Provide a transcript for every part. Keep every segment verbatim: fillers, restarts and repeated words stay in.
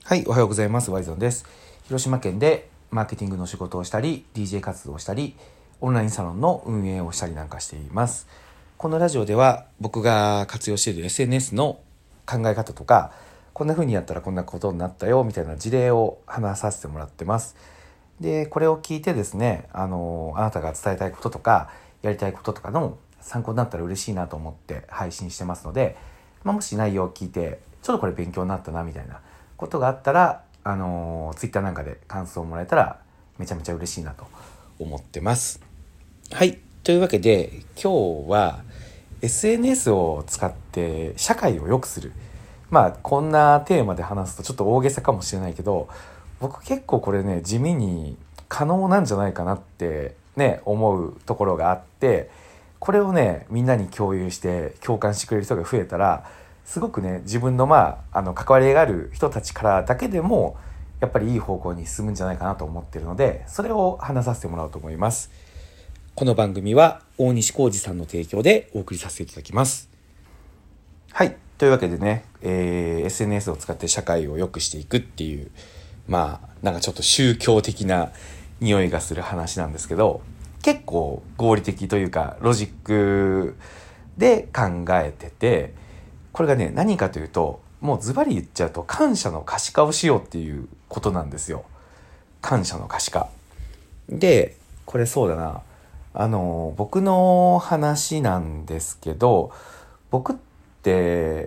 はい、おはようございます。ワイゾンです。広島県でマーケティングの仕事をしたり、ディージェー 活動をしたり、オンラインサロンの運営をしたりなんかしています。このラジオでは僕が活用している エスエヌエス の考え方とか、こんな風にやったらこんなことになったよみたいな事例を話させてもらってます。で、これを聞いてですね、あの、あなたが伝えたいこととか、やりたいこととかの参考になったら嬉しいなと思って配信してますので、まあ、もし内容を聞いて、ちょっとこれ勉強になったなみたいなことがあったら、あのー、ツイッターなんかで感想をもらえたらめちゃめちゃ嬉しいなと思ってます。はい。というわけで、今日は エスエヌエス を使って社会を良くする。まあ、こんなテーマで話すとちょっと大げさかもしれないけど、僕結構これね、地味に可能なんじゃないかなってね、思うところがあって、これをね、みんなに共有して共感してくれる人が増えたら、すごくね、自分のまあ、あの、関わりがある人たちからだけでも、やっぱりいい方向に進むんじゃないかなと思っているので、それを話させてもらおうと思います。この番組は大西浩二さんの提供でお送りさせていただきます。はい。というわけでね、えー、エスエヌエス を使って社会を良くしていくっていう、まあ、なんかちょっと宗教的な匂いがする話なんですけど、結構合理的というか、ロジックで考えてて、これがね、何かというと、もうズバリ言っちゃうと、感謝の可視化をしようっていうことなんですよ。感謝の可視化。で、これそうだな。あの、僕の話なんですけど、僕って、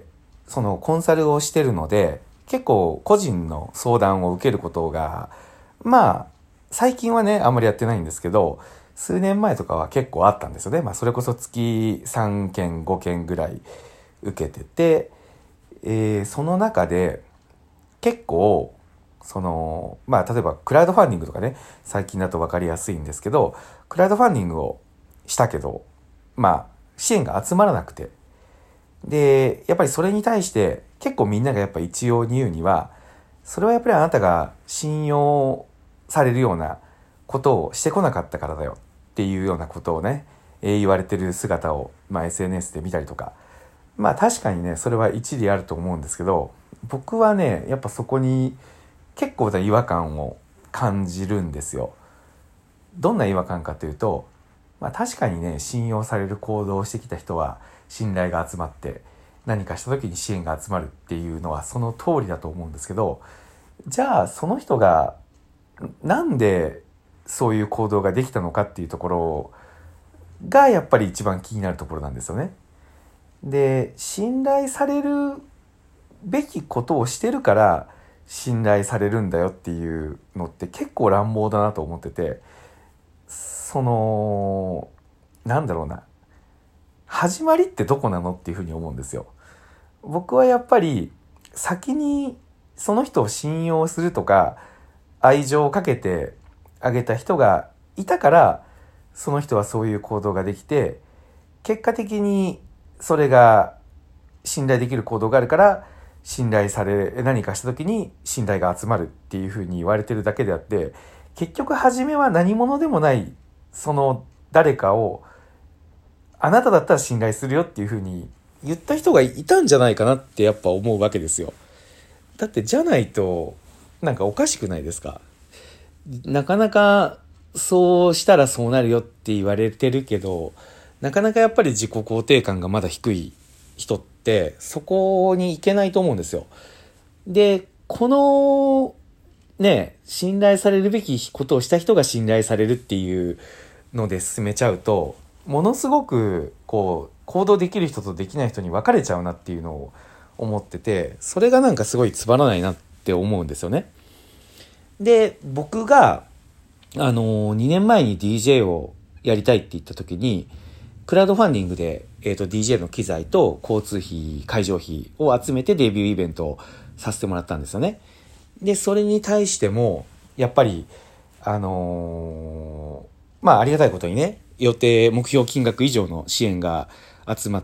そのコンサルをしてるので、結構個人の相談を受けることが、まあ、最近はね、あんまりやってないんですけど、数年前とかは結構あったんですよね。まあ、それこそ月さんけん、ごけんぐらい受けてて、えー、その中で結構そのまあ例えばクラウドファンディングとかね、最近だと分かりやすいんですけど、クラウドファンディングをしたけどまあ支援が集まらなくて、でやっぱりそれに対して結構みんながやっぱ一様に言うには、それはやっぱりあなたが信用されるようなことをしてこなかったからだよっていうようなことをね、えー、言われてる姿を、まあ、エスエヌエス で見たりとか、まあ確かにね、それは一理あると思うんですけど、僕はね、やっぱそこに結構な違和感を感じるんですよ。どんな違和感かというと、まあ確かにね、信用される行動をしてきた人は信頼が集まって、何かした時に支援が集まるっていうのはその通りだと思うんですけど、じゃあその人がなんでそういう行動ができたのかっていうところがやっぱり一番気になるところなんですよね。で、信頼されるべきことをしてるから信頼されるんだよっていうのって結構乱暴だなと思ってて、そのなんだろうな、始まりってどこなのっていうふうに思うんですよ。僕はやっぱり先にその人を信用するとか愛情をかけてあげた人がいたから、その人はそういう行動ができて、結果的にそれが信頼できる行動があるから信頼され、何かした時に信頼が集まるっていうふうに言われてるだけであって、結局初めは何者でもないその誰かをあなただったら信頼するよっていうふうに言った人がいたんじゃないかなってやっぱ思うわけですよ。だってじゃないとなんかおかしくないですか。なかなかそうしたらそうなるよって言われてるけど、なかなかやっぱり自己肯定感がまだ低い人ってそこに行けないと思うんですよ。で、このね、信頼されるべきことをした人が信頼されるっていうので進めちゃうと、ものすごくこう行動できる人とできない人に分かれちゃうなっていうのを思ってて、それがなんかすごいつまらないなって思うんですよね。で、僕があのにねんまえに ディージェー をやりたいって言った時に、クラウドファンディングで、えーと、ディージェー の機材と交通費、会場費を集めてデビューイベントをさせてもらったんですよね。で、それに対しても、やっぱり、あのー、まあ、ありがたいことにね、予定、目標金額以上の支援が集まって、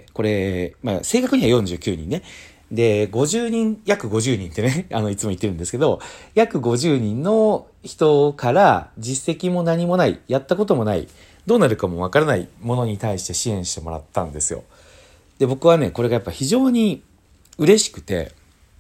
これ、まあ、正確にはよんじゅうきゅうにんね。で、ごじゅうにん、約ごじゅうにんってね、あの、いつも言ってるんですけど、約ごじゅうにんの人から実績も何もない、やったこともない、どうなるかもわからないものに対して支援してもらったんですよ。で、僕はね、これがやっぱ非常に嬉しくて、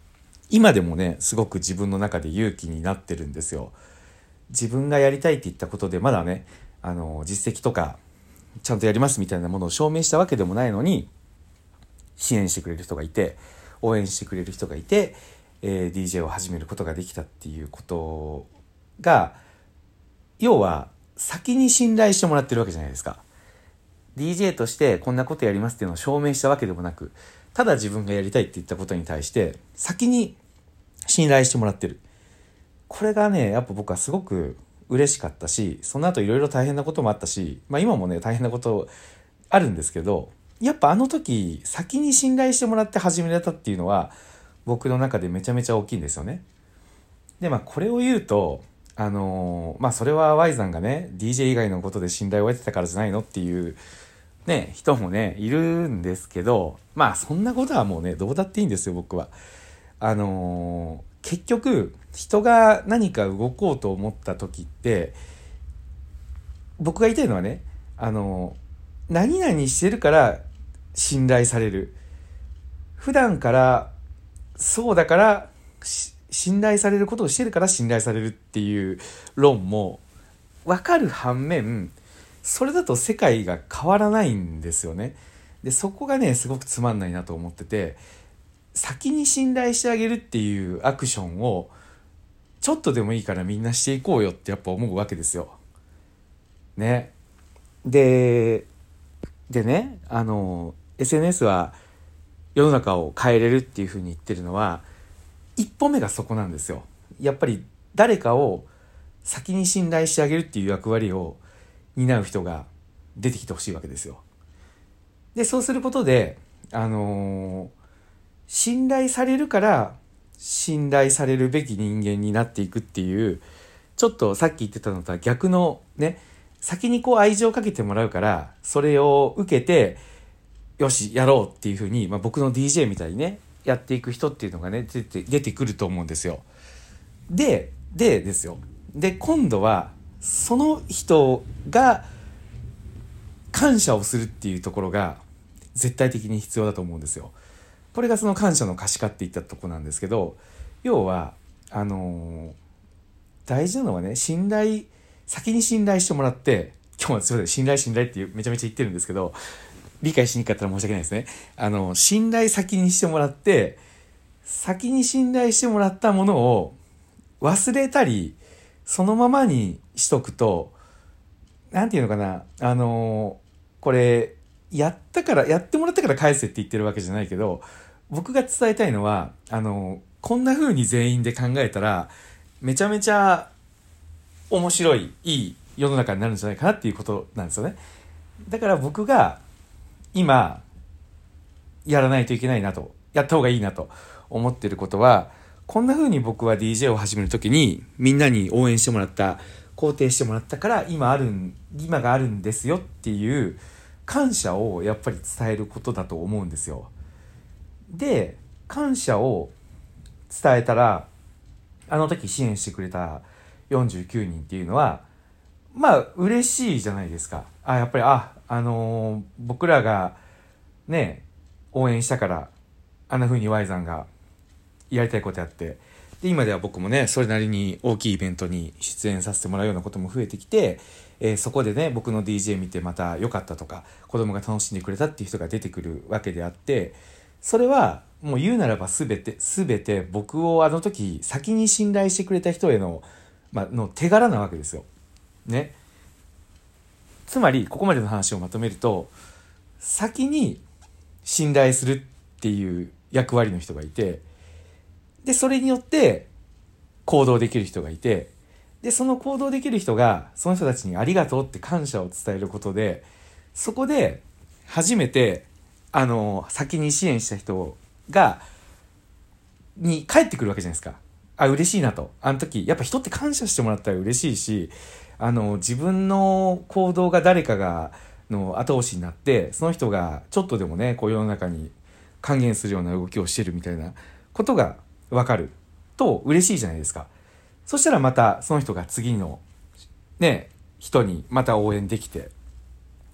今でもねすごく自分の中で勇気になってるんですよ。自分がやりたいって言ったことでまだねあの実績とかちゃんとやりますみたいなものを証明したわけでもないのに、支援してくれる人がいて応援してくれる人がいて、えー、ディージェー を始めることができたっていうことが、要は先に信頼してもらってるわけじゃないですか。 ディージェー としてこんなことやりますっていうのを証明したわけでもなく、ただ自分がやりたいって言ったことに対して先に信頼してもらってる。これがねやっぱ僕はすごく嬉しかったし、その後いろいろ大変なこともあったし、まあ今もね大変なことあるんですけど、やっぱあの時先に信頼してもらって始められたっていうのは僕の中でめちゃめちゃ大きいんですよね。でまあこれを言うとあのー、まあそれは Y さんがね ディージェー 以外のことで信頼を得てたからじゃないのっていうね人もねいるんですけど、まあそんなことはもうねどうだっていいんですよ僕は。あのー、結局人が何か動こうと思った時って僕が言いたいのはね、あのー、何々してるから信頼される、普段からそうだから信頼されることをしてるから信頼されるっていう論も分かる反面、それだと世界が変わらないんですよね。でそこがねすごくつまんないなと思ってて、先に信頼してあげるっていうアクションをちょっとでもいいからみんなしていこうよってやっぱ思うわけですよ。ね。で、でね、あの エスエヌエス は世の中を変えれるっていうふうに言ってるのは一歩目がそこなんですよ。やっぱり誰かを先に信頼してあげるっていう役割を担う人が出てきてほしいわけですよ。でそうすることであのー、信頼されるから信頼されるべき人間になっていくっていう、ちょっとさっき言ってたのとは逆のね、先にこう愛情をかけてもらうからそれを受けてよしやろうっていう風に、まあ、僕の ディージェー みたいにねやっていく人っていうのがね出て出てくると思うんですよ。ででですよで今度はその人が感謝をするっていうところが絶対的に必要だと思うんですよ。これがその感謝の可視化っていったところなんですけど、要はあのー、大事なのはね、信頼先に信頼してもらって、今日はすいません信頼信頼ってめちゃめちゃ言ってるんですけど、理解しにくかったら申し訳ないですね。あの信頼先にしてもらって、先に信頼してもらったものを忘れたりそのままにしとくと、なんていうのかな、あのー、これやったからやってもらったから返せって言ってるわけじゃないけど、僕が伝えたいのはあのー、こんな風に全員で考えたらめちゃめちゃ面白いいい世の中になるんじゃないかなっていうことなんですよね。だから僕が今やらないといけないなと、やった方がいいなと思ってることは、こんな風に僕は ディージェー を始めるときにみんなに応援してもらった、肯定してもらったから今ある今があるんですよっていう感謝をやっぱり伝えることだと思うんですよ。で感謝を伝えたら、あの時支援してくれたよんじゅうきゅうにんっていうのはまあ嬉しいじゃないですか。あ、やっぱりあ、あのー、僕らがね応援したからあんな風に Y さんがやりたいことやって、で今では僕もねそれなりに大きいイベントに出演させてもらうようなことも増えてきて、えー、そこでね僕の ディージェー 見てまた良かったとか子供が楽しんでくれたっていう人が出てくるわけであって、それはもう言うならば全て全て僕をあの時先に信頼してくれた人への、まあの手柄なわけですよね。つまりここまでの話をまとめると、先に信頼するっていう役割の人がいて、でそれによって行動できる人がいて、でその行動できる人がその人たちにありがとうって感謝を伝えることで、そこで初めてあの先に支援した人がに帰ってくるわけじゃないですか。あ、嬉しいなと。あの時やっぱ人って感謝してもらったら嬉しいし、あの自分の行動が誰かがの後押しになって、その人がちょっとでもねこう世の中に還元するような動きをしてるみたいなことが分かると嬉しいじゃないですか。そしたらまたその人が次のね人にまた応援できて、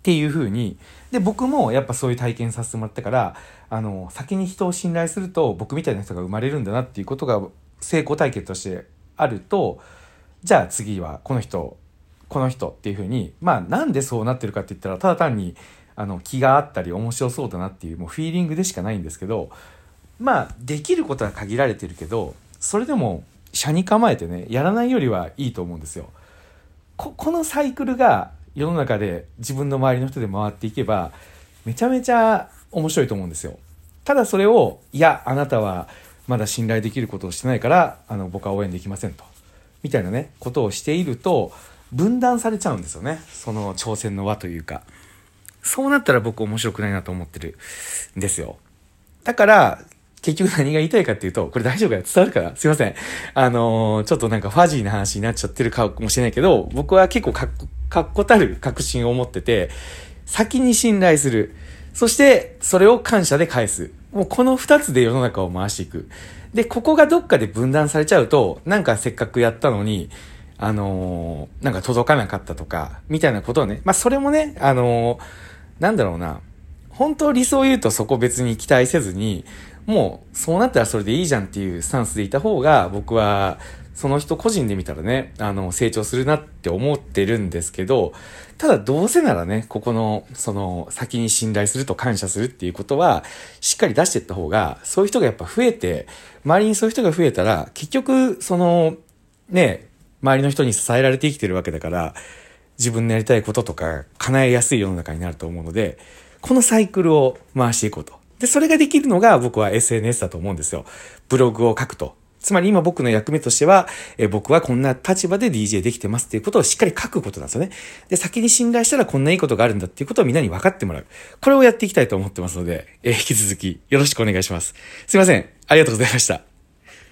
っていう風に、で、僕もやっぱそういう体験させてもらったから、あの、先に人を信頼すると僕みたいな人が生まれるんだなっていうことが成功体験としてあると、じゃあ次はこの人、この人っていう風に、まあなんでそうなってるかって言ったら、ただ単にあの気があったり面白そうだなっていうもうフィーリングでしかないんですけど、まあできることは限られてるけど、それでも斜に構えてね、やらないよりはいいと思うんですよ。こ、このサイクルが世の中で自分の周りの人で回っていけばめちゃめちゃ面白いと思うんですよ。ただそれを、いやあなたはまだ信頼できることをしてないからあの僕は応援できませんとみたいなねことをしていると分断されちゃうんですよね、その挑戦の輪というか。そうなったら僕面白くないなと思ってるんですよ。だから結局何が言いたいかっていうと、これ大丈夫かな、伝わるかな、すいません。あのー、ちょっとなんかファジーな話になっちゃってるかもしれないけど、僕は結構かっこ、かっこたる確信を持ってて、先に信頼する。そしてそれを感謝で返す。もうこの二つで世の中を回していく。で、ここがどっかで分断されちゃうと、なんかせっかくやったのに、あのー、なんか届かなかったとか、みたいなことをね、まあそれもね、あのー、なんだろうな、本当理想を言うとそこ別に期待せずに、もうそうなったらそれでいいじゃんっていうスタンスでいた方が、僕はその人個人で見たらね、あの成長するなって思ってるんですけど、ただどうせならね、ここのその先に信頼すると感謝するっていうことはしっかり出していった方が、そういう人がやっぱ増えて、周りにそういう人が増えたら結局そのね、周りの人に支えられて生きてるわけだから、自分のやりたいこととか叶えやすい世の中になると思うので、このサイクルを回していこうと。で、それができるのが僕は エスエヌエス だと思うんですよ。ブログを書くと。つまり今僕の役目としては、え僕はこんな立場で ディージェー できてますっていうことをしっかり書くことなんですよね。で、先に信頼したらこんないいことがあるんだっていうことをみんなに分かってもらう。これをやっていきたいと思ってますので、え引き続きよろしくお願いします。すいません。ありがとうございました。